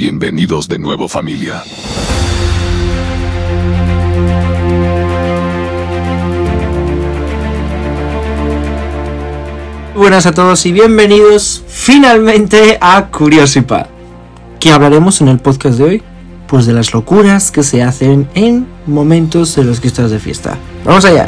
Bienvenidos de nuevo, familia. Buenas a todos y bienvenidos finalmente a Curiosipad. ¿Qué hablaremos en el podcast de hoy? Pues de las locuras que se hacen en momentos en los que estás de fiesta. ¡Vamos allá!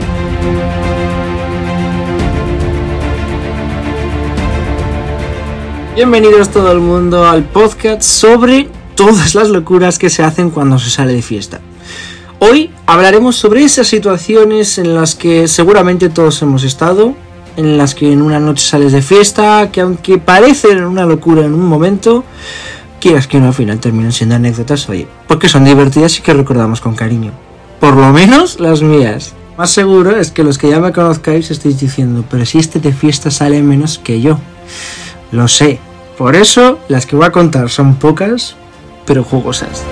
Bienvenidos todo el mundo al podcast sobre todas las locuras que se hacen cuando se sale de fiesta. Hoy hablaremos sobre esas situaciones en las que seguramente todos hemos estado, en las que en una noche sales de fiesta, que aunque parecen una locura en un momento, quieras que no, al final terminan siendo anécdotas, oye, porque son divertidas y que recordamos con cariño. Por lo menos las mías. Más seguro es que los que ya me conozcáis estéis diciendo, pero si este de fiesta sale menos que yo. Lo sé. Por eso las que voy a contar son pocas, pero jugosas.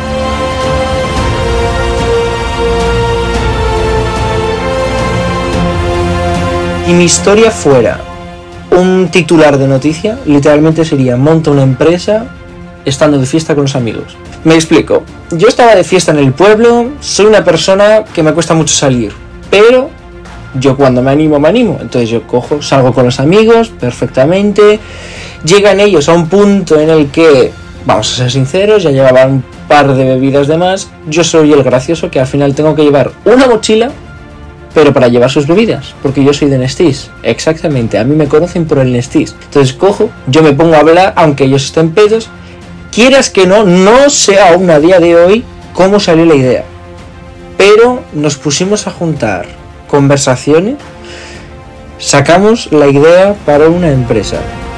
Si mi historia fuera un titular de noticia, literalmente sería: monta una empresa estando de fiesta con los amigos. Me explico. Yo estaba de fiesta en el pueblo, soy una persona que me cuesta mucho salir, pero yo cuando me animo, entonces yo salgo con los amigos perfectamente, llegan ellos a un punto en el que, vamos a ser sinceros, ya llevaban un par de bebidas de más, yo soy el gracioso que al final tengo que llevar una mochila, pero para llevar sus bebidas, porque yo soy de Nestís, exactamente, a mí me conocen por el Nestís, entonces yo me pongo a hablar, aunque ellos estén pedos, quieras que no sé aún a día de hoy cómo salió la idea, pero nos pusimos a juntar conversaciones, sacamos la idea para una empresa.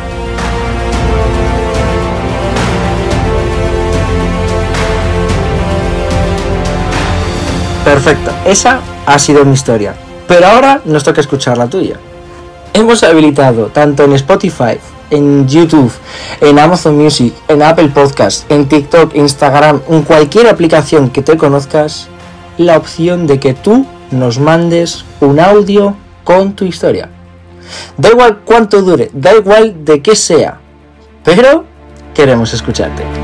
Perfecto, esa ha sido mi historia, pero ahora nos toca escuchar la tuya. Hemos habilitado tanto en Spotify, en YouTube, en Amazon Music, en Apple Podcast, en TikTok, Instagram, en cualquier aplicación que te conozcas, la opción de que tú nos mandes un audio con tu historia. Da igual cuánto dure, da igual de qué sea, pero queremos escucharte.